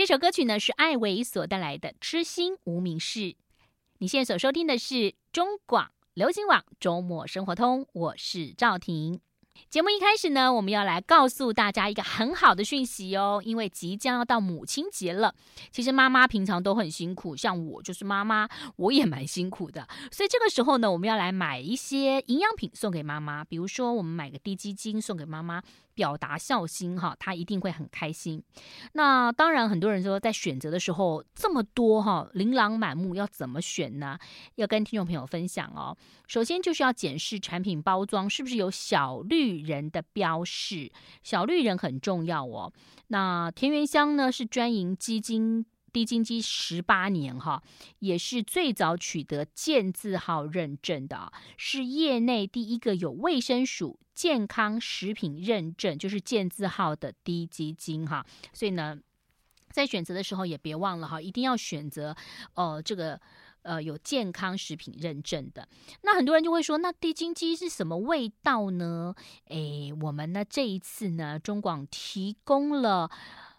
首歌曲呢是艾维所带来的《痴心无名氏》。你现在所收听的是中广流行网周末生活通，我是赵婷。节目一开始呢，我们要来告诉大家一个很好的讯息哦，因为即将要到母亲节了。其实妈妈平常都很辛苦，像我就是妈妈，我也蛮辛苦的。所以这个时候呢，我们要来买一些营养品送给妈妈，比如说我们买个低基金送给妈妈，表达孝心哈，她一定会很开心。那当然，很多人说在选择的时候这么多哈，琳琅满目，要怎么选呢？要跟听众朋友分享哦。首先就是要检视产品包装是不是有小绿人的标示，小绿人很重要哦。那田园香呢是专营低金鸡18年哈，也是最早取得健字号认证的，是业内第一个有卫生署健康食品认证，就是健字号的低基金哈。所以呢，在选择的时候也别忘了哈，一定要选择这个有健康食品认证的。那很多人就会说，那低金鸡是什么味道呢？我们呢这一次呢，中广提供了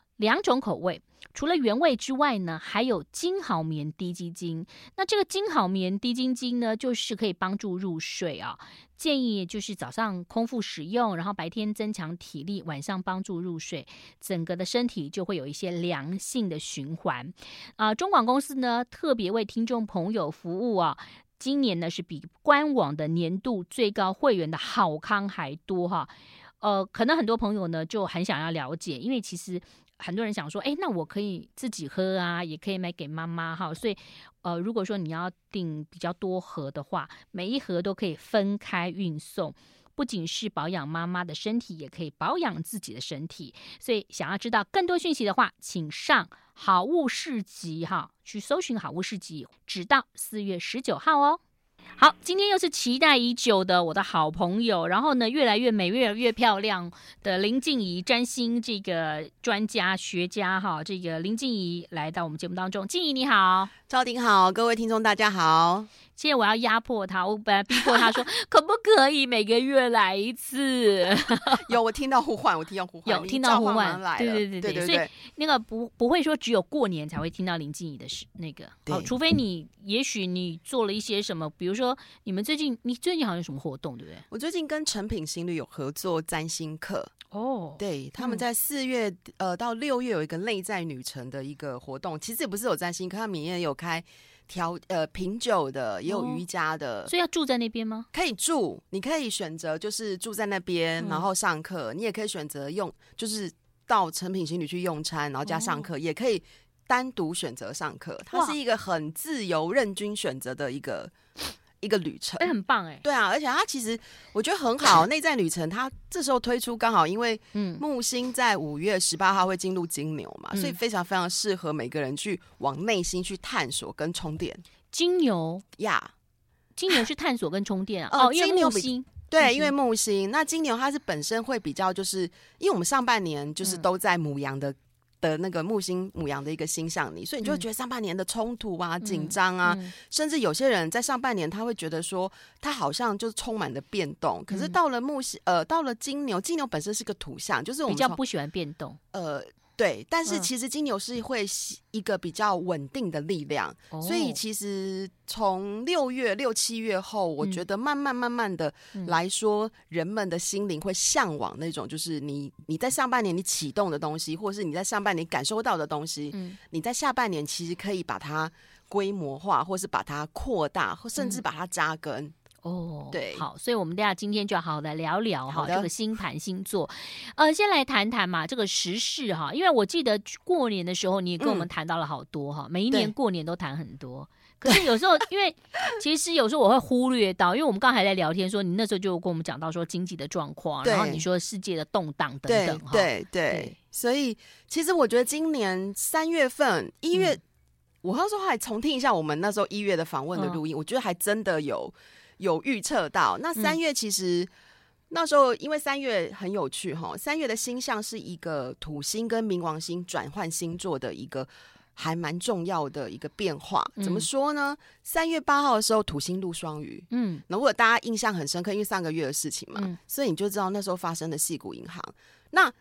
2种口味，除了原味之外呢，还有金好眠低基金。那这个金好眠低基金呢，就是可以帮助入睡啊。建议就是早上空腹使用，然后白天增强体力，晚上帮助入睡，整个的身体就会有一些良性的循环。中广公司呢特别为听众朋友服务啊。今年呢是比官网的年度最高会员的好康还多哈。可能很多朋友呢就很想要了解，因为其实很多人想说，那我可以自己喝啊，也可以买给妈妈哈。所以如果说你要订比较多盒的话，每一盒都可以分开运送，不仅是保养妈妈的身体，也可以保养自己的身体。所以想要知道更多讯息的话，请上好物市集哈，去搜寻好物市集，直到4月19号哦。好，今天又是期待已久的我的好朋友，然后呢越来越美、越来越漂亮的林静怡占星这个专家学家哈，这个林静怡来到我们节目当中。静怡你好。 赵婷好，各位听众大家好。 现在我要压迫他，我本来逼迫他说可不可以每个月来一次。 有，我听到呼唤， 有听到呼唤，对，所以那个不会说只有过年才会听到林静怡的那个，除非也许你做了一些什么，比如说你最近好像有什么活动，对不对？ 我最近跟诚品行旅有合作占星课哦，对，他们在4月到6月有一个内在女神的一个活动，其实也不是有占星课，他们也有开品酒的，也有瑜伽的， 所以要住在那边吗？ 可以住，你可以选择就是住在那边，然后上课，你也可以选择就是到诚品行旅去用餐，然后加上课，也可以单独选择上课，它是一个很自由任君选择的一个旅程， 很棒对啊，而且它其实我觉得很好，内在旅程它这时候推出刚好，因为木星在5月18号会进入金牛嘛，所以非常非常适合每个人去往内心去探索跟充电。 金牛呀， 金牛是探索跟充电啊，因为木星。 对，因为木星，那金牛它是本身会比较就是因为我们上半年就是都在牡羊的那个木星牡羊的一个星象里，所以你就会觉得上半年的冲突啊、紧张啊，甚至有些人在上半年他会觉得说他好像就充满了变动，可是到了到了金牛本身是个土象，就是我们比较不喜欢变动， 对，但是其实金牛是会一个比较稳定的力量，所以其实从6月、7月后，我觉得慢慢的来说，人们的心灵会向往那种，就是你在上半年你启动的东西，或是你在上半年感受到的东西，你在下半年其实可以把它规模化，或是把它扩大，或甚至把它扎根。对， 好，所以我们大家今天就要好好的聊聊哈这个星盘星座。先来谈谈嘛这个时事哈，因为我记得过年的时候你也跟我们谈到了好多哈，每一年过年都谈很多。可是有时候，因为其实有时候我会忽略到，因为我们刚才在聊天说，你那时候就跟我们讲到说经济的状况，然后你说世界的动荡等等哈。 对，所以其实我觉得今年3月份、1月，我那时候还重听一下我们那时候1月的访问的录音，我觉得还真的有预测到。那3月其实那时候因为3月很有趣哈，3月的星象是一个土星跟冥王星转换星座的一个还蛮重要的一个变化。怎么说呢？3月8号的时候土星入双鱼，那如果大家印象很深刻，因为上个月的事情嘛，所以你就知道那时候发生的矽谷银行。那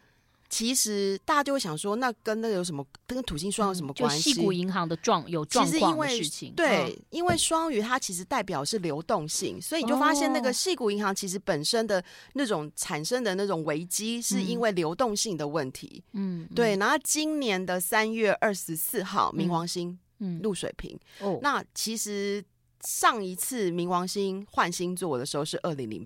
其实大家就会想说，那跟那个有什么，跟土星双有什么关系？ 就矽谷银行的状况的事情。 对，因为双鱼它其实代表是流动性，所以你就发现那个矽谷银行其实本身的那种产生的那种危机，是因为流动性的问题。对。然后今年的3月24号，冥王星入水瓶。那其实上一次冥王星换星座的时候是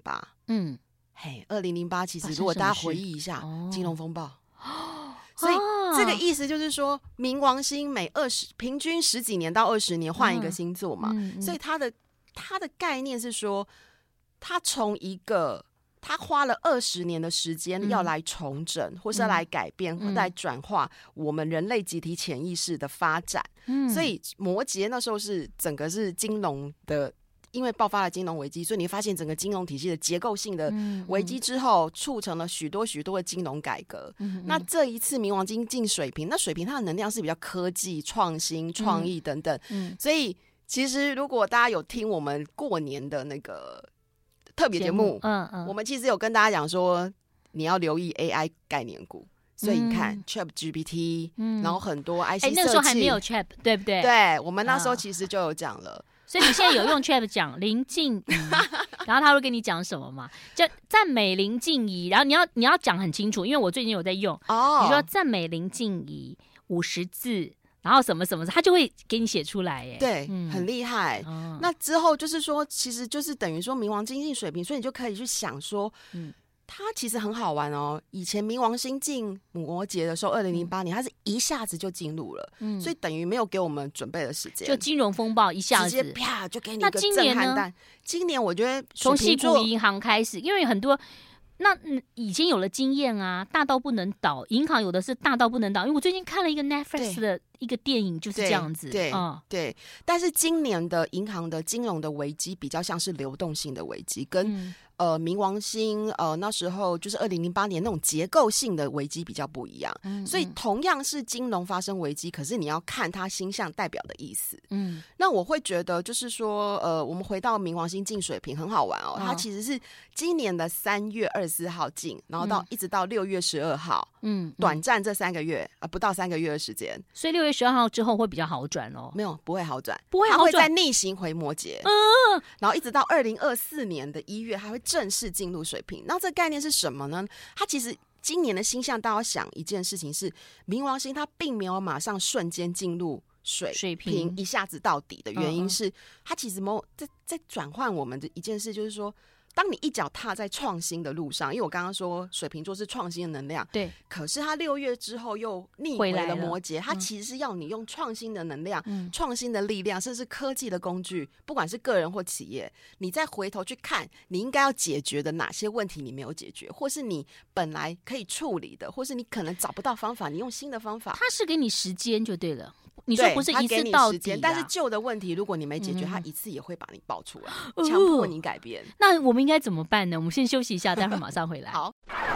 2008。2008其实如果大家回忆一下，金融风暴。所以这个意思就是说，冥王星平均10几年到20年换一个星座嘛，所以它的概念是说，它从一个他花了20年的时间要来重整，或是要来改变，或来转化我们人类集体潜意识的发展。所以摩羯那时候是整个是金融的。因为爆发了金融危机，所以你发现整个金融体系的结构性的危机之后，促成了许多的金融改革。那这一次冥王星进水瓶，那水瓶它的能量是比较科技、创新、创意等等。所以其实如果大家有听我们过年的那个特别节目，我们其实有跟大家讲说，你要留意 AI 概念股。所以你看 ChatGPT，然后很多 IC 设计， 那个时候还没有 Chat， 对不对？ 对，我们那时候其实就有讲了。 所以你现在有用 Chat 讲林静怡，然后他会跟你讲什么嘛？就赞美林静怡，然后你要讲很清楚，因为我最近有在用。你说赞美林静怡50字，然后什么什么，他就会给你写出来耶。 对，很厉害。那之后就是说，其实就是等于说冥王星进水瓶，所以你就可以去想说，它其实很好玩哦。以前冥王星进摩羯的时候，2008年，它是一下子就进入了，所以等于没有给我们准备的时间， 就金融风暴一下子直接啪就给你一个震撼弹。今年我觉得从矽谷银行开始，因为很多。那以前有了经验啊，大到不能倒，银行有的是大到不能倒。因为我最近看了一个 Netflix 的一个电影，就是这样子。 对。但是今年的银行的金融的危机比较像是流动性的危机，跟冥王星那时候就是2008年那种结构性的危机比较不一样。所以同样是金融发生危机，可是你要看它星象代表的意思。那我会觉得就是说我们回到冥王星进水瓶很好玩哦，它其实是今年的3月24号进，然后一直到6月12号，短暂这3个月不到3个月的时间。 所以6月12号之后会比较好转哦？ 没有，不会好转， 它会再逆行回摩羯。然后一直到2024年的1月，还会正式进入水瓶。那这个概念是什么呢？它其实今年的星象，大家要想一件事情是，冥王星它并没有马上瞬间进入水瓶一下子到底的原因是，它其实在转换我们的一件事，就是说。当你一脚踏在创新的路上，因为我刚刚说水瓶座是创新的能量， 对。 可是它6月之后又逆回了摩羯，它其实是要你用创新的能量、创新的力量，甚至科技的工具，不管是个人或企业，你再回头去看，你应该要解决的哪些问题你没有解决，或是你本来可以处理的，或是你可能找不到方法，你用新的方法。 它是给你时间就对了。你说不是一次到底， 但是旧的问题如果你没解决，它一次也会把你爆出来，强迫你改变。 那我们应该怎么办呢？我们先休息一下，待会儿马上回来。 好。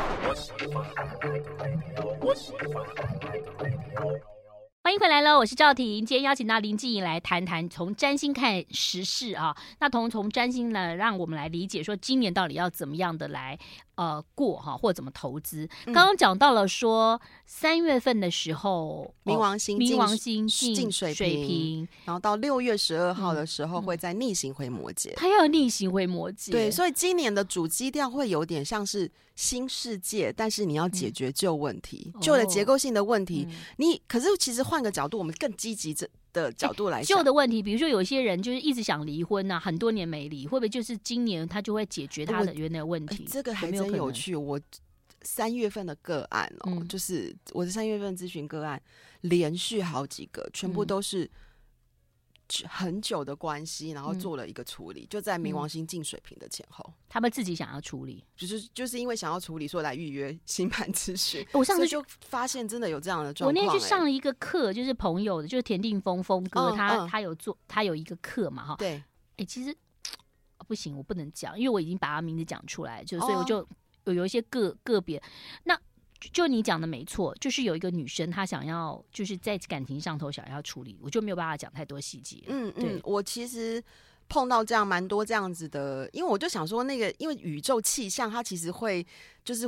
欢迎回来了，我是赵婷。今天邀请到林静怡来谈谈从占星看时事啊。那从占星呢，让我们来理解说今年到底要怎么样的来过哈，或者怎么投资。刚刚讲到了说3月份的时候， 冥王星进水瓶， 然后到6月12号的时候会再逆行回摩羯。 它要逆行回摩羯， 对，所以今年的主基调会有点像是新世界，但是你要解决旧问题，旧的结构性的问题。可是其实换个角度，我们更积极的角度来想， 旧的问题，比如说有一些人就是一直想离婚啊，很多年没离，会不会就是今年他就会解决他的原来的问题？ 这个还真有趣。我3月份的个案就是我的3月份咨询个案，连续好几个，全部都是很久的关系，然后做了一个处理，就在冥王星进水瓶的前后， 他们自己想要处理， 就是因为想要处理，所以来预约星盘咨询。 我上次就发现真的有这样的状况。 我那天去上了一个课，就是朋友的，就是田定峰哥，他有一个课嘛，哈。 对。 其实不行，我不能讲，因为我已经把他名字讲出来，所以我就有一些个别那。就你讲的没错，就是有一个女生她想要就是在感情上头想要处理，我就没有办法讲太多细节。对， 我其实碰到这样蛮多这样子的，因为我就想说那个，因为宇宙气象它其实会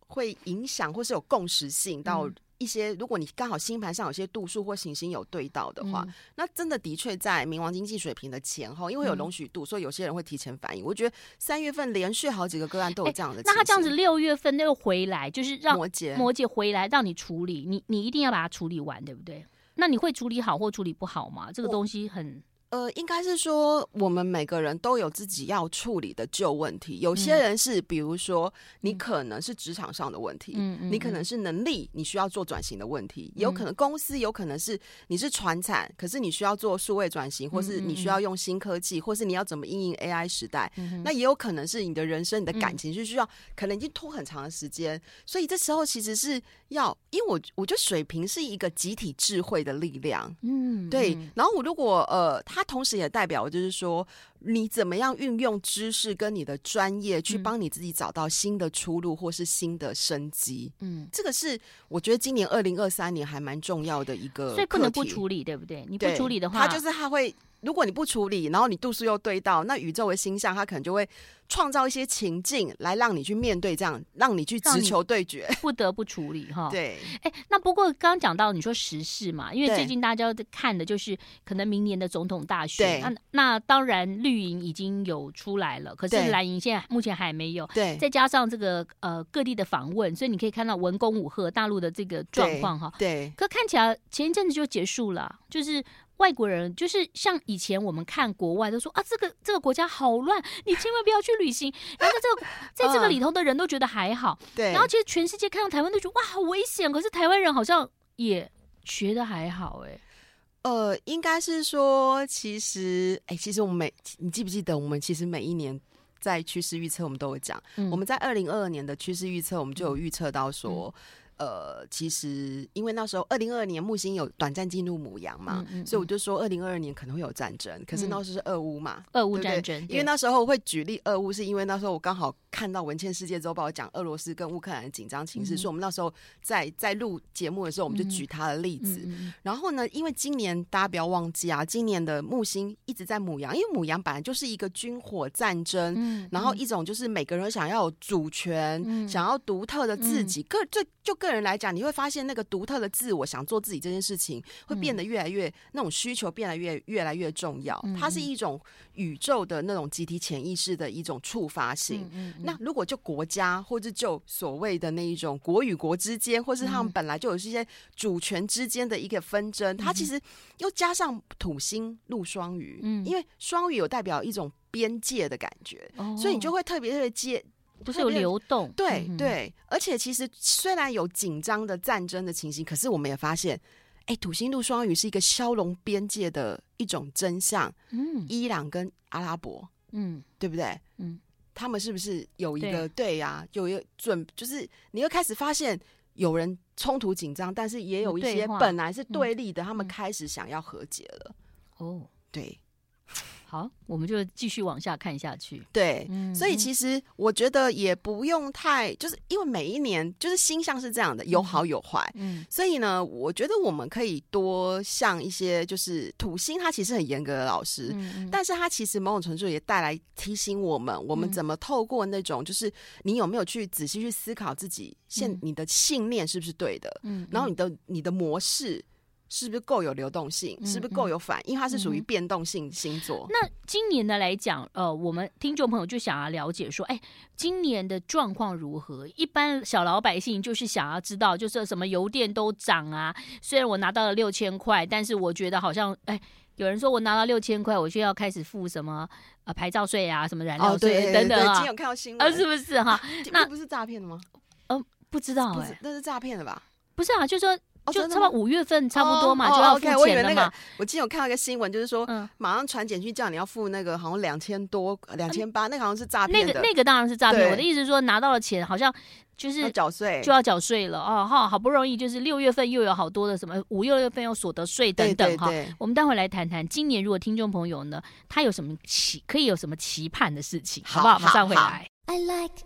会影响或是有共识性到一些，如果你刚好星盘上有些度数或行星有对到的话，那真的的确在冥王经济水平的前后，因为有龙许度，所以有些人会提前反应。我觉得3月份连续好几个个案都有这样的情形。 那他这样子6月份又回来，就是让摩羯回来让你处理，你一定要把它处理完，对不对？那你会处理好或处理不好吗？这个东西很。 应该是说我们每个人都有自己要处理的旧问题。有些人是比如说你可能是职场上的问题，你可能是能力你需要做转型的问题，有可能公司有可能是你是传产，可是你需要做数位转型，或是你需要用新科技，或是你要怎么因应 AI 时代，那也有可能是你的人生你的感情是需要可能已经拖很长的时间，所以这时候其实是要，因为我觉得水瓶是一个集体智慧的力量，对，然后我如果它同时也代表就是说你怎么样运用知识跟你的专业去帮你自己找到新的出路或是新的生机，这个是我觉得今年2023年还蛮重要的一个课题， 所以不能不处理，对不对？你不处理的话， 它会，如果你不处理，然后你度数又对到，那宇宙的星象它可能就会创造一些情境来让你去面对，这样让你去直球对决， 不得不处理哈。 对， 那不过刚刚讲到你说时事嘛，因为最近大家看的就是可能明年的总统大选，那当然绿营已经有出来了，可是蓝营现在目前还没有。 对， 再加上这个各地的访问，所以你可以看到文攻武吓大陆的这个状况哈。 对， 可看起来前一阵子就结束了，就是外国人就是像以前我们看国外都说啊，这个国家好乱，你千万不要去旅行。然后在这个里头的人都觉得还好， 对。 然后其实全世界看到台湾都觉得哇好危险，可是台湾人好像也觉得还好应该是说，其实我们你记不记得我们其实每一年在趋势预测我们都有讲，我们在2022年的趋势预测我们就有预测到说。其实因为那时候2022年木星有短暂进入牡羊嘛，所以我就说2022年可能会有战争，可是那时候是俄乌嘛， 俄乌战争， 因为那时候我会举例俄乌，是因为那时候我刚好看到文茜世界周报讲俄罗斯跟乌克兰的紧张情势，所以我们那时候在录节目的时候，我们就举他的例子。然后呢，因为今年大家不要忘记啊，今年的木星一直在牡羊，因为牡羊本来就是一个军火战争，然后一种就是每个人想要有主权，想要独特的自己，就个人来讲，你会发现那个独特的自我想做自己这件事情会变得越来越那种需求变得越来越重要，它是一种宇宙的那种集体潜意识的一种触发性。那如果就国家或者就所谓的那一种国与国之间，或是他们本来就有一些主权之间的一个纷争，它其实又加上土星入双鱼，因为双鱼有代表一种边界的感觉，所以你就会特别不是有流动， 对，而且其实虽然有紧张的战争的情形，可是我们也发现，土星入双鱼是一个消融边界的一种真相。伊朗跟阿拉伯，对不对？他们是不是有一个对呀？有一个就是你会开始发现有人冲突紧张，但是也有一些本来是对立的，他们开始想要和解了。对。 好，我们就继续往下看下去。 对，所以其实我觉得也不用太，就是因为每一年就是星象是这样的，有好有坏。所以呢，我觉得我们可以多像一些，就是土星，它其实很严格的老师，但是它其实某种程度也带来提醒我们怎么透过那种，就是你有没有去仔细去思考自己你的信念是不是对的，然后你的模式。是不是够有流动性？是不是够有反应？因为它是属于变动性星座。 那今年的来讲，我们听众朋友就想要了解说，今年的状况如何？一般小老百姓就是想要知道，就是什么油电都涨啊。虽然我拿到了6000块，但是我觉得好像，有人说我拿到6000块，我就要开始付什么牌照税啊，什么燃料税等等啊。 今天有看到新闻， 是不是哈？ 那不是诈骗的吗？ 不知道那是诈骗的吧？ 不是啊，就是说。就差不多5月份差不多嘛，就要付钱了嘛。 我今天有看到一个新闻，就是说，马上传简讯叫你要付那个好像2000多、2800，那个好像是诈骗的。 那个当然是诈骗。我的意思是说，拿到了钱，好像就是要缴税， 就要缴税了好不容易就是6月份又有好多的什么5、6月份有所得税等等哈。我们待会来谈谈今年如果听众朋友呢，他有什么可以有什么期盼的事情，好不好？马上回来。I like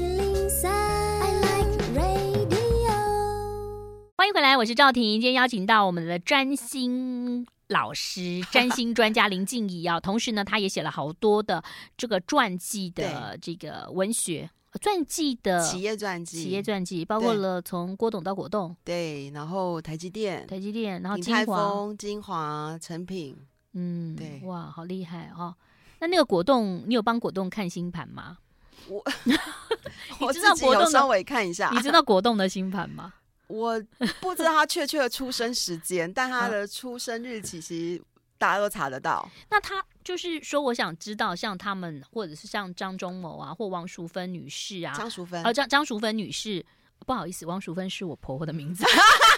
欢迎回来，我是赵婷。今天邀请到我们的占星老师、占星专家林静怡同时呢，他也写了好多的这个传记的这个文学传记的企业传记， 包括了从郭董到果冻， 对，然后台积电， 然后鼎泰丰、精华、成品，对， 哇，好厉害哦！那个果冻，你有帮果冻看星盘吗？ 我知道果冻稍微看一下， 你知道果冻的星盘吗？ 我不知道他确切的出生时间，但他的出生日期其实大家都查得到。 那他就是说，我想知道，像他们，或者是像张忠谋啊，或王淑芬女士啊， 张淑芬， 张淑芬女士，不好意思，王淑芬是我婆婆的名字。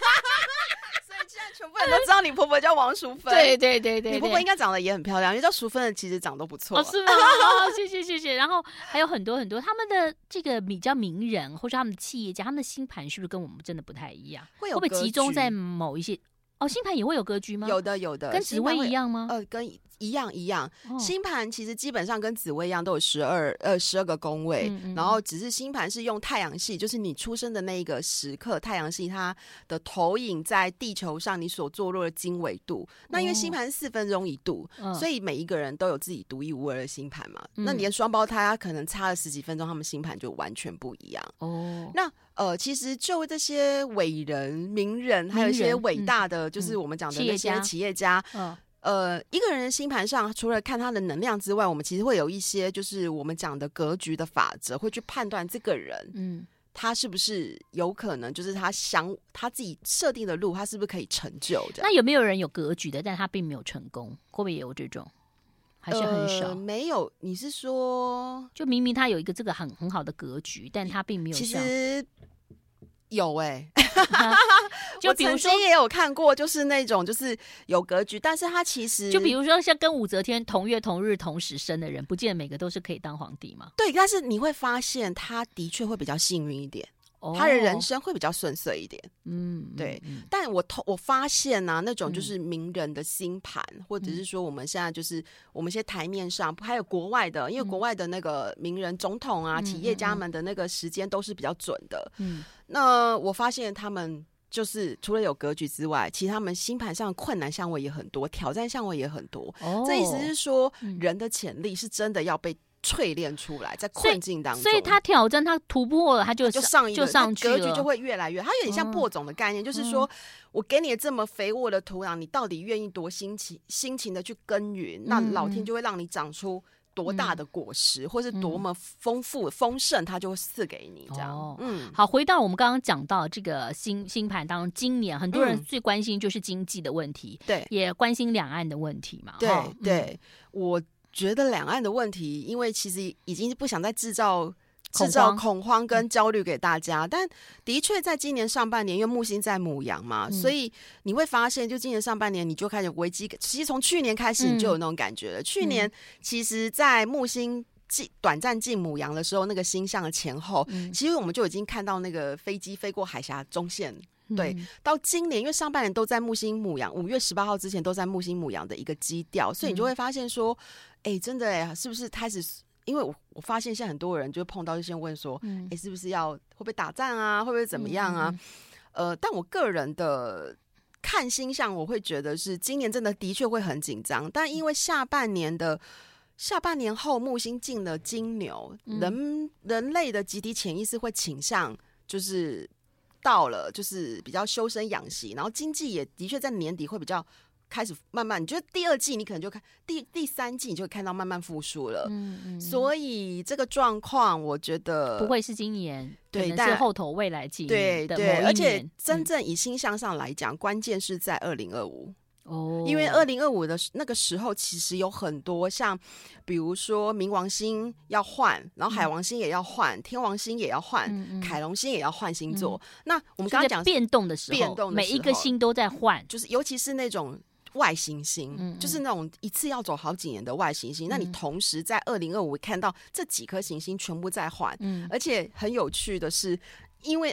全部人都知道你婆婆叫王淑芬， 对， 你婆婆应该长得也很漂亮，因为叫淑芬的其实长得都不错。 是吗？谢谢。然后还有很多他们的这个比较名人，或者他们的企业家，他们的星盘是不是跟我们真的不太一样？会不会集中在某一些？星盘也会有格局吗？ 有的， 跟紫微一样吗？ 跟一样。星盘其实基本上跟紫微一样，都有12个宫位，然后只是星盘是用太阳系，就是你出生的那一个时刻，太阳系它的投影在地球上你所坐落的经纬度。那因为星盘是4分钟1度，所以每一个人都有自己独一无二的星盘嘛。那连双胞胎，他可能差了10几分钟，他们星盘就完全不一样。那其实就这些伟人、名人，还有一些伟大的，就是我们讲的那些企业家，一个人的星盘上，除了看他的能量之外，我们其实会有一些，就是我们讲的格局的法则，会去判断这个人，他是不是有可能，就是他自己设定的路，他是不是可以成就这样。 那有没有人有格局的，但他并没有成功？会不会也有这种？还是很少？ 没有。你是说， 就明明他有一个这个很好的格局，但他并没有。 其实有就比如说我曾经也有看过，就是那种就是有格局，但是他其实就比如说像跟武则天同月同日同时生的人，不见得每个都是可以当皇帝嘛。 对，但是你会发现他的确会比较幸运一点。他的人生会比较顺遂一点，对。但我发现啊，那种就是名人的星盘，或者是说我们现在就是我们一些台面上，还有国外的，因为国外的那个名人、总统啊、企业家们的那个时间都是比较准的。那我发现他们就是除了有格局之外，其实他们星盘上困难相位也很多，挑战相位也很多。这意思是说，人的潜力是真的要被淬炼出来，在困境当中， 所以他挑战，他突破了，他就上去了， 格局就会越来越。它有点像播种的概念，就是说我给你这么肥沃的土壤，你到底愿意多辛勤的去耕耘，那老天就会让你长出多大的果实，或是多么丰富丰盛，他就会赐给你这样。 好，回到我们刚刚讲到这个星盘当中，今年很多人最关心就是经济的问题， 对， 也关心两岸的问题嘛。 对，我觉得两岸的问题，因为其实已经不想再制造恐慌跟焦虑给大家，但的确在今年上半年，因为木星在牡羊嘛，所以你会发现，就今年上半年你就开始危机，其实从去年开始你就有那种感觉了。去年其实，在木星短暂进牡羊的时候，那个星象的前后，其实我们就已经看到那个飞机飞过海峡中线。对，到今年因为上半年都在木星牡羊，5月18号之前都在木星牡羊的一个基调，所以你就会发现说，真的是不是开始？因为我发现现在很多人就碰到就先问说，是不是会不会打仗啊？会不会怎么样啊？但我个人的看星象，我会觉得是今年真的确会很紧张，但因为下半年后木星进了金牛，人类的集体潜意识会倾向就是到了就是比较修身养息，然后经济也的确在年底会比较开始慢慢，你觉得第2季你可能就看第3季你就会看到慢慢复苏了。所以这个状况我觉得不会是今年， 对， 但是后头未来几年的某一年。 而且真正以星象上来讲，关键是在2025。因为2025的那个时候，其实有很多像，比如说冥王星要换，然后海王星也要换，天王星也要换，凯龙星也要换星座。那我们刚刚讲变动的时候，每一个星都在换， 就是尤其是那种外行星，就是那种一次要走好几年的外行星。那你同时在2025看到这几颗行星全部在换，而且很有趣的是。因为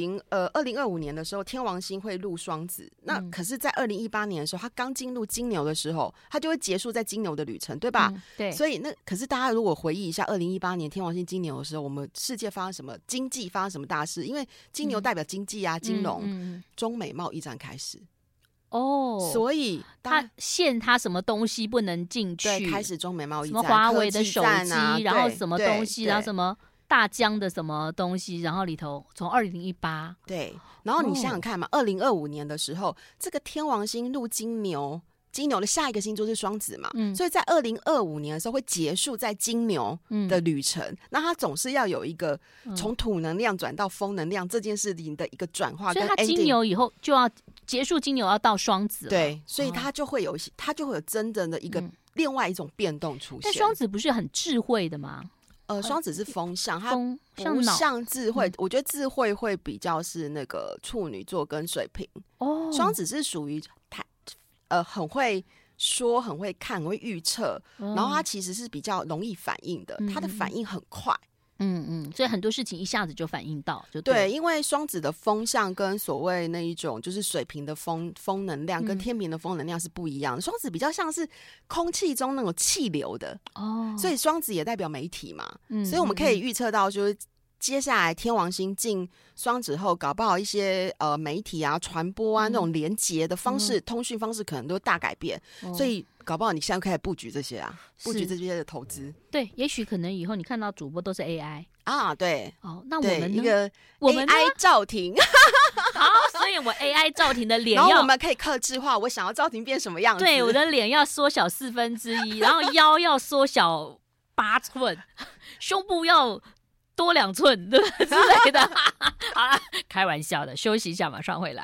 2025年的时候，天王星会入双子，那可是，在2018年的时候，它刚进入金牛的时候，它就会结束在金牛的旅程，对吧？ 对。 所以可是大家如果回忆一下2018年天王星金牛的时候，我们世界发生什么经济发生什么大事？因为金牛代表经济啊，金融，中美贸易战开始。所以他限他什么东西不能进去， 对，开始中美贸易战， 什么华为的手机， 啊， 然后什么东西，然后什么。 大疆的什么东西，然后里头从2018 对，然后你想想看嘛，2025年的时候，这个天王星入金牛。金牛的下一个星座是双子嘛，所以在2025年的时候会结束在金牛的旅程。那它总是要有一个从土能量转到风能量这件事情的一个转化跟 ending。 所以它金牛以后就要结束，金牛要到双子了。 对，所以它就会有真正的一个另外一种变动出现。 但双子不是很智慧的吗？ 双子是风象，它不像智慧。我觉得智慧会比较是那个处女座跟水瓶。双子是属于很会说，很会看，很会预测，然后他其实是比较容易反应的，他的反应很快。 所以很多事情一下子就反应到，就对，因为双子的风象跟所谓那一种就是水瓶的风能量跟天平的风能量是不一样的。双子比较像是空气中那种气流的所以双子也代表媒体嘛，所以我们可以预测到就是接下来天王星进双子后，搞不好一些媒体啊、传播啊那种连结的方式、通讯方式可能都大改变，所以搞不好你现在可以布局这些啊，布局这些的投资。 对，也许可能以后你看到主播都是 AI 啊，对。 那我们呢？ 一个我们 AI 赵婷， 好，所以我 AI 赵婷的脸要， 然后我们可以客制化，我想要赵婷变什么样子？ 对，我的脸要缩小1/4，然后腰要缩小8寸，胸部要多2寸之类的。好了，开玩笑的，休息一下，马上回来。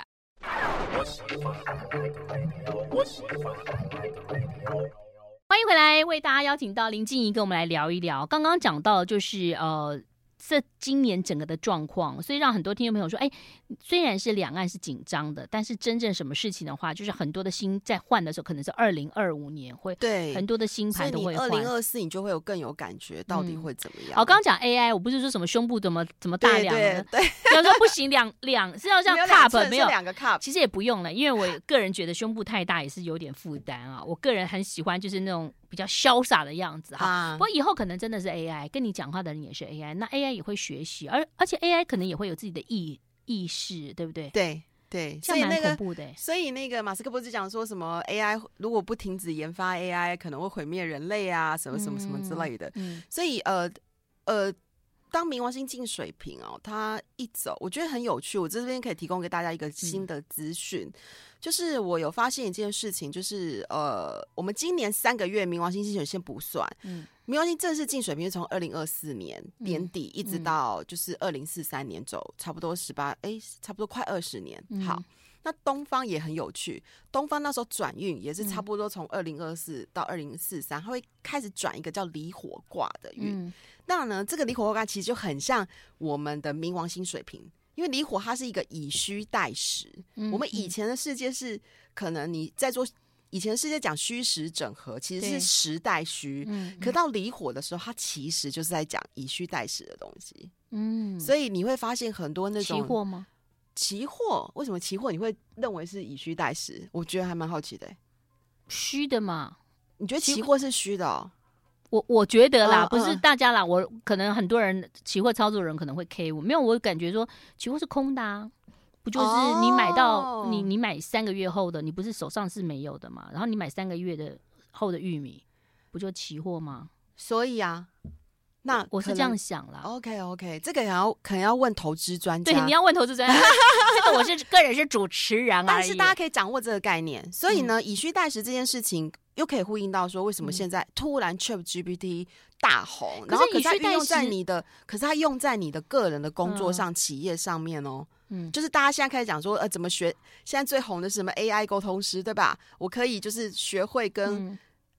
欢迎回来，为大家邀请到林静怡跟我们来聊一聊。刚刚讲到就是这今年整个的状况，所以让很多听众朋友说，虽然是两岸是紧张的，但是真正什么事情的话，就是很多的星在换的时候，可能是2025年会，对，很多的星盘都会换。 2024你就会有更有感觉，到底会怎么样？ 好，刚刚讲 AI， 我不是说什么胸部怎么大量的， 对， 比如说不行，两是要像 cup 没有 2个 cup， 其实也不用了，因为我个人觉得胸部太大也是有点负担啊。我个人很喜欢就是那种比较潇洒的样子哈。不过以后可能真的是 AI 跟你讲话的人也是 AI， 那 AI 也会学习，而且 AI 可能也会有自己的意识，对不对？ 对， 这样蛮恐怖的。 所以那个马斯克不是讲说什么 AI 如果不停止研发 AI 可能会毁灭人类啊，什么什么什么之类的。所以当冥王星进水瓶它一走，我觉得很有趣。我这边可以提供给大家一个新的资讯，就是我有发现一件事情，就是我们今年3个月冥王星进水先不算，冥王星正式进水瓶是从2024年年底一直到就是2043年走，差不多差不多快20年。好，那东方也很有趣，东方那时候转运也是差不多从2024到2043，它会开始转一个叫离火卦的运。那呢，这个离火卦其实就很像我们的冥王星水瓶，因为离火它是一个以虚代实。我们以前的世界是可能你在做以前的世界讲虚实整合，其实是实代虚。可到离火的时候，它其实就是在讲以虚代实的东西。所以你会发现很多那种期货吗？ 期货为什么期货你会认为是以虚代实？我觉得还蛮好奇的。 虚的嘛？ 你觉得期货是虚的我觉得啦，不是大家啦，我可能很多人期货操作人可能会 K 我，没有，我感觉说期货是空的啊，不就是你买到你买3个月后的，你不是手上是没有的嘛？然后你买3个月的后的玉米，不就期货吗？ 所以啊，那我是这样想啦。 OK， 这个可能要问投资专家。 对，你要问投资专家。这个我是个人是主持人而已， 但是大家可以掌握这个概念。所以呢，以虚代实这件事情又可以呼应到说，为什么现在突然 ChatGPT 大红，然后可是它用在你的，可是它用在你的个人的工作上、企业上面就是大家现在开始讲说，怎么学？现在最红的是什么 AI 沟通师，对吧？我可以就是学会跟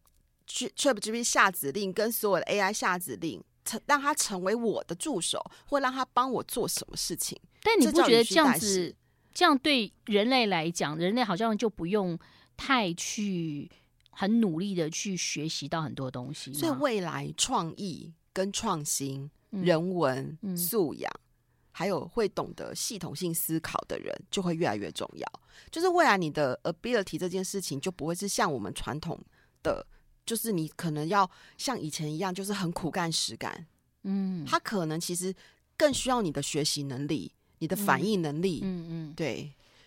ChatGPT 下指令，跟所有的 AI 下指令，让它成为我的助手，或让它帮我做什么事情。 但你不觉得这样子，这样对人类来讲，人类好像就不用太去很努力的去学习到很多东西吗？ 所以未来创意跟创新、人文素养，还有会懂得系统性思考的人，就会越来越重要。就是未来你的 ability 这件事情，就不会是像我们传统的，就是你可能要像以前一样，就是很苦干实干。它可能其实更需要你的学习能力。你的反应能力，对，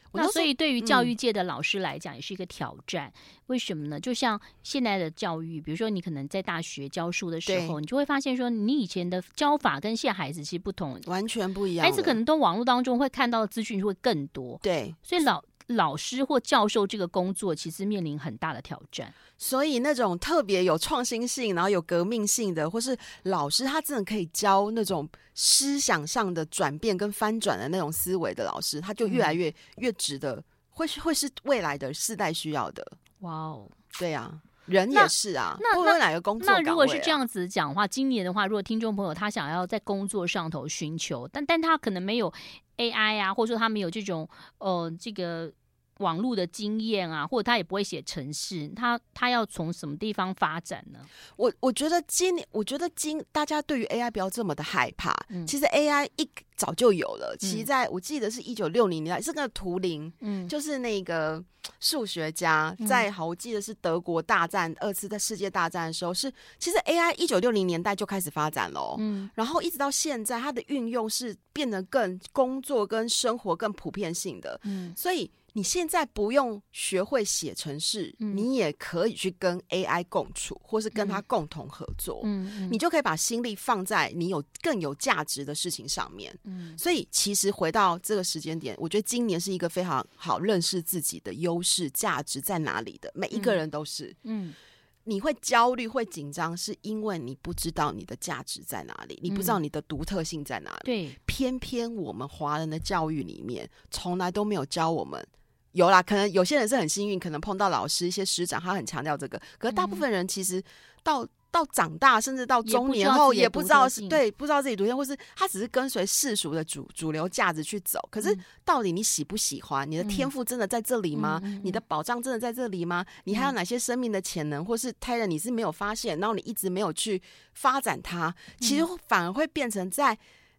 那所以对于教育界的老师来讲也是一个挑战，为什么呢？就像现在的教育，比如说你可能在大学教书的时候，你就会发现说你以前的教法跟现在孩子其实不同， 完全不一样， 孩子可能都网络当中会看到的资讯会更多， 对， 所以老师或教授这个工作其实面临很大的挑战。 所以那种特别有创新性然后有革命性的，或是老师他真的可以教那种思想上的转变跟翻转的那种思维的老师，他就越来越值得，会是未来的世代需要的。 哇哦， 对啊，人也是啊，不论哪个工作岗位啊。 那如果是这样子讲的话，今年的话，如果听众朋友他想要在工作上头寻求，但他可能没有 AI 啊，或者说他没有这种这个网络的经验啊，或者他也不会写程式，他要从什么地方发展呢？ 我觉得大家对于 AI 不要这么的害怕。其实 AI 早就有了。其实我记得是1960年代，是个图灵，就是那个数学家，我记得是德国大战2次世界大战的时候，其实 AI 1960年代就开始发展了，然后一直到现在，它的运用是变得更工作跟生活更普遍性的，所以你现在不用学会写程式，你也可以去跟 AI 共处，或是跟它共同合作，你就可以把心力放在你更有价值的事情上面。所以其实回到这个时间点，我觉得今年是一个非常好认识自己的优势价值在哪里的，每一个人都是。你会焦虑会紧张，是因为你不知道你的价值在哪里，你不知道你的独特性在哪里。 对， 偏偏我们华人的教育里面从来都没有教我们。有啦，可能有些人是很幸运，可能碰到老师一些师长他很强调这个，可是大部分人其实到长大甚至到中年后也不知道不知道自己独特，或是他只是跟随世俗的主流价值去走。可是到底你喜不喜欢？你的天赋真的在这里吗？你的宝藏真的在这里吗？你还有哪些生命的潜能，或是talent你是没有发现，然后你一直没有去发展它，其实反而会变成在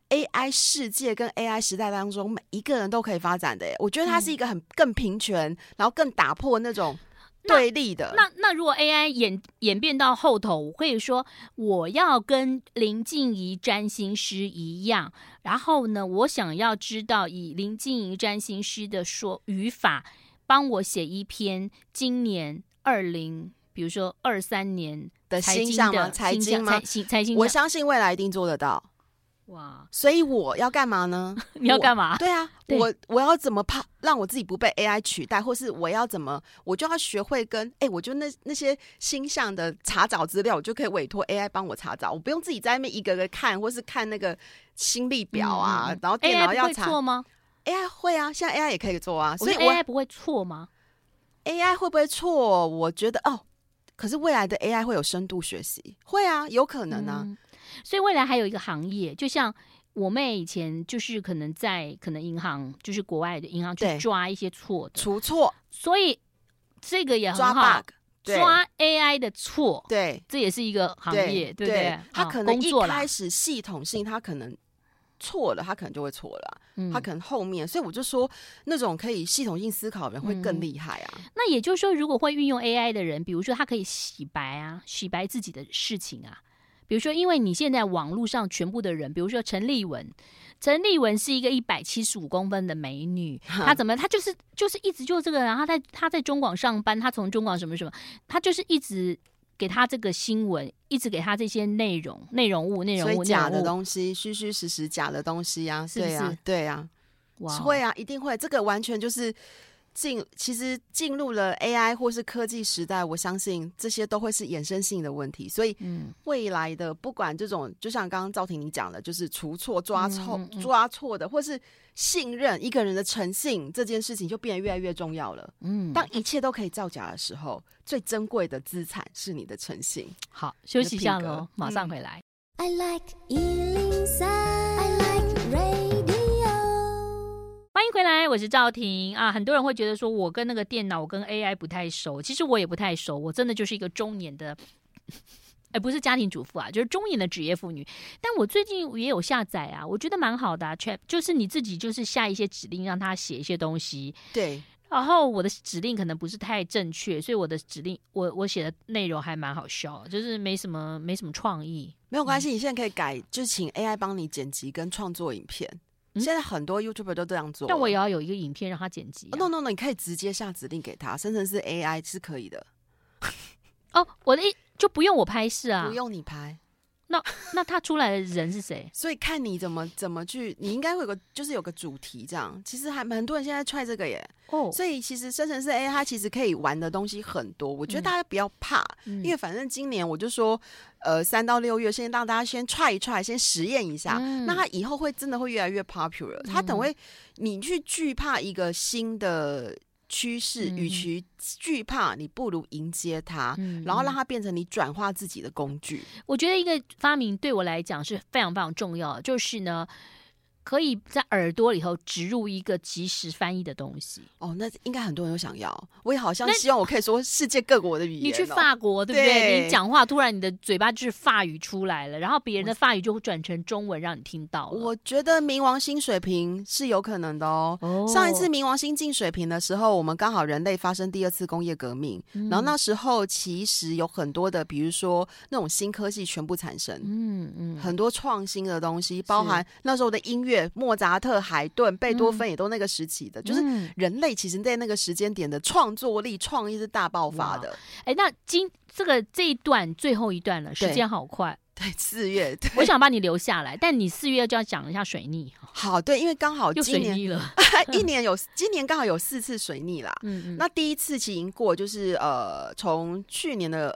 AI 世界跟 AI 时代当中，每一个人都可以发展的。我觉得它是一个更平权，然后更打破那种对立的。 那如果 AI 演变到后头，我可以说我要跟林静怡占星师一样，然后呢，我想要知道以林静怡占星师的语法，帮我写一篇今年比如说23年的星象吗？财经吗？ 财经， 我相信未来一定做得到。哇！所以我要干嘛呢？ 你要干嘛？ 对啊，我要怎么让我自己不被 AI 取代，或是我就要学会我就那些星象的查找资料，我就可以委托 AI 帮我查找，我不用自己在那边一个个看，或是看那个星历表啊，然后电脑要查。 AI 不会错吗？ AI 会啊，现在 AI 也可以做啊。 所以 AI 不会错吗？ AI 会不会错？我觉得可是未来的 AI 会有深度学习，会啊，有可能啊。 所以未来还有一个行业，就像我妹以前就是可能在银行，就是国外的银行去抓一些错的除错， 所以这个也很好， 抓 bug， 抓 AI 的错， 对， 这也是一个行业， 对不对？ 他可能一开始系统性，他可能错了，他可能就会错了，他可能后面，所以我就说那种可以系统性思考的人会更厉害啊。 那也就是说，如果会运用 AI 的人，比如说他可以洗白自己的事情啊。比如说，因为你现在网络上全部的人，比如说陈丽文是一个175公分的美女，她就是一直就这个，然后她在中广上班，她从中广什么，她就是一直给她这个新闻，一直给她这些内容物， 所以假的东西，虚虚实实假的东西啊， 是不是？ 对啊，会啊，一定会，这个完全就是其实进入了 AI 或是科技时代，我相信这些都会是衍生性的问题。所以未来的不管这种，就像刚刚赵婷你讲的，就是除错抓错的，或是信任一个人的诚信这件事情，就变得越来越重要了。当一切都可以造假的时候，最珍贵的资产是你的诚信。 好，休息一下咯，马上回来。I like 103, I like radio。欢迎回来，我是赵婷啊。很多人会觉得说，我跟那个电脑，我跟 AI 不太熟。其实我也不太熟，我真的就是一个中年的，不是家庭主妇啊，就是中年的职业妇女。但我最近也有下载啊，我觉得蛮好的啊。就是你自己就是下一些指令，让他写一些东西。 对。 然后我的指令可能不是太正确，所以我的指令我写的内容还蛮好笑，就是没什么创意。 没有关系，你现在可以改，就请 AI 帮你剪辑跟创作影片。 现在很多 YouTuber 都这样做， 但我也要有一个影片让他剪辑、 No， 你可以直接下指令给他，生成式 AI 是可以的。 哦，我的就不用我拍摄啊， 不用你拍。 那他出来的人是谁？ 所以看你怎么去，你应该会有个主题这样。其实还蛮多人现在踹这个耶。所以其实生成式 AI 它其实可以玩的东西很多，我觉得大家不要怕，因为反正今年我就说，3到6月先让大家先踹一踹，先实验一下，那它以后会真的会越来越 popular，它等会你去惧怕一个新的趋势，与其惧怕，你不如迎接它，然后让它变成你转化自己的工具。 我觉得一个发明对我来讲是非常非常重要的，就是呢，可以在耳朵里头植入一个即时翻译的东西。 哦，那应该很多人都想要。我也好像希望我可以说世界各国的语言。 你去法国，对不对？你讲话突然你的嘴巴就是法语出来了，然后别人的法语就会转成中文让你听到了。 我觉得冥王星水瓶是有可能的哦。上一次冥王星进水瓶的时候，我们刚好人类发生第2次工业革命，然后那时候其实有很多的，比如说那种新科技全部产生，很多创新的东西，包含那时候的音乐。莫扎特、海顿、贝多芬也都那个时期的，就是人类其实在那个时间点的创作力、创意是大爆发的。 那这一段最后一段了，时间好快。 对，4月， 我想把你留下来，但你4月就要讲一下水逆。 好，对，因为刚好今年又水逆了今年刚好有4次水逆啦。那第一次其实已经过，就是从去年的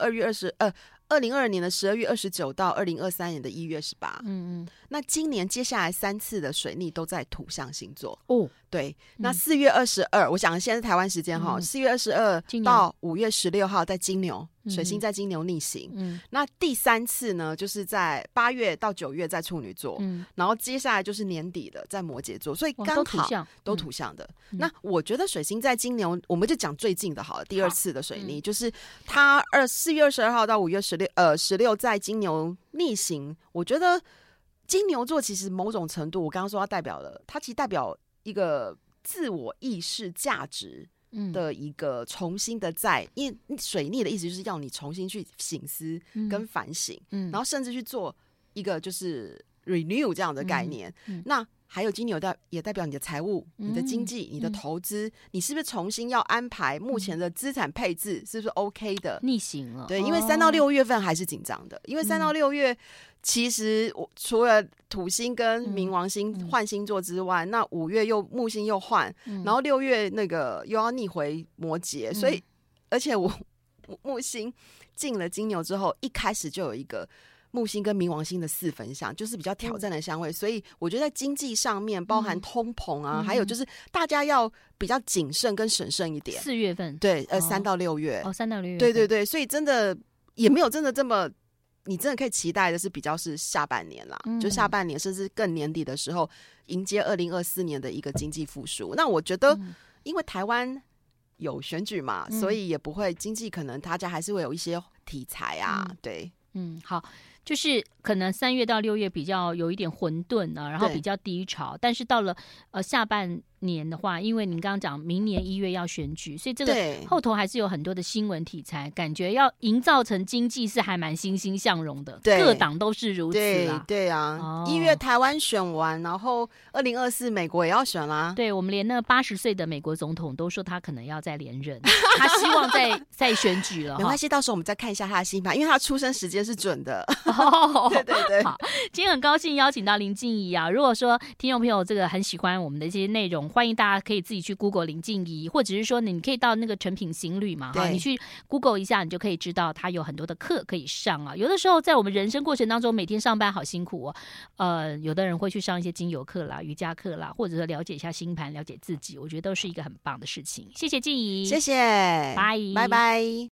2022年的12月29到2023年的1月18。那今年接下来3次的水逆都在土象星座。对，那4月22，我想现在是台湾时间哈，4月22到5月16号在金牛，水星在金牛逆行。那第3次呢，就是在8月到9月在处女座，然后接下来就是年底的在摩羯座，所以刚好都土象的。那我觉得水星在金牛，我们就讲最近的好了，第2次的水逆，就是它4月22号到5月16在金牛逆行。我觉得金牛座其实某种程度，我刚刚说它代表了，它其实代表一个自我意识价值的一个重新的因为水逆的意思就是要你重新去省思跟反省，然后甚至去做一个就是 renew 这样的概念。那还有金牛也代表你的财务、你的经济、你的投资，你是不是重新要安排目前的资产配置是不是 OK 的？ 逆行了。 对，因为3到6月份还是紧张的，因为3到6月其实除了土星跟冥王星换星座之外，那5月又木星又换，然后6月那个又要逆回摩羯，所以而且我木星进了金牛之后，一开始就有一个木星跟冥王星的4分相，就是比较挑战的相位，所以我觉得在经济上面，包含通膨啊，还有就是大家要比较谨慎跟审慎一点。 4月份， 对，3到6月 ，3到6月， 对对对，所以真的也没有真的这么。你真的可以期待的是比较是下半年啦，就下半年甚至更年底的时候，迎接2024年的一个经济复苏。那我觉得，因为台湾有选举嘛，所以也不会经济可能大家还是会有一些题材啊，对， 好。就是可能3月到6月比较有一点混沌啊，然后比较低潮，但是到了下半年的话，因为您刚刚讲明年1月要选举，所以这个后头还是有很多的新闻题材，感觉要营造成经济是还蛮欣欣向荣的，各党都是如此啦。 对啊，1月台湾选完，然后2024美国也要选啦。 对，我们连那80岁的美国总统都说他可能要再连任，他希望再选举了。 没关系，到时候我们再看一下他的星盘，因为他出生时间是准的。对对对， 好，今天很高兴邀请到林静怡啊。如果说听众朋友这个很喜欢我们的这些内容，欢迎大家可以自己去 Google 林静怡，或者是说你可以到那个诚品行旅嘛，哈，你去 Google 一下，你就可以知道他有很多的课可以上啊。有的时候在我们人生过程当中，每天上班好辛苦哦。有的人会去上一些精油课啦、瑜伽课啦，或者是了解一下星盘、了解自己，我觉得都是一个很棒的事情。谢谢静怡， 谢谢， 拜拜拜。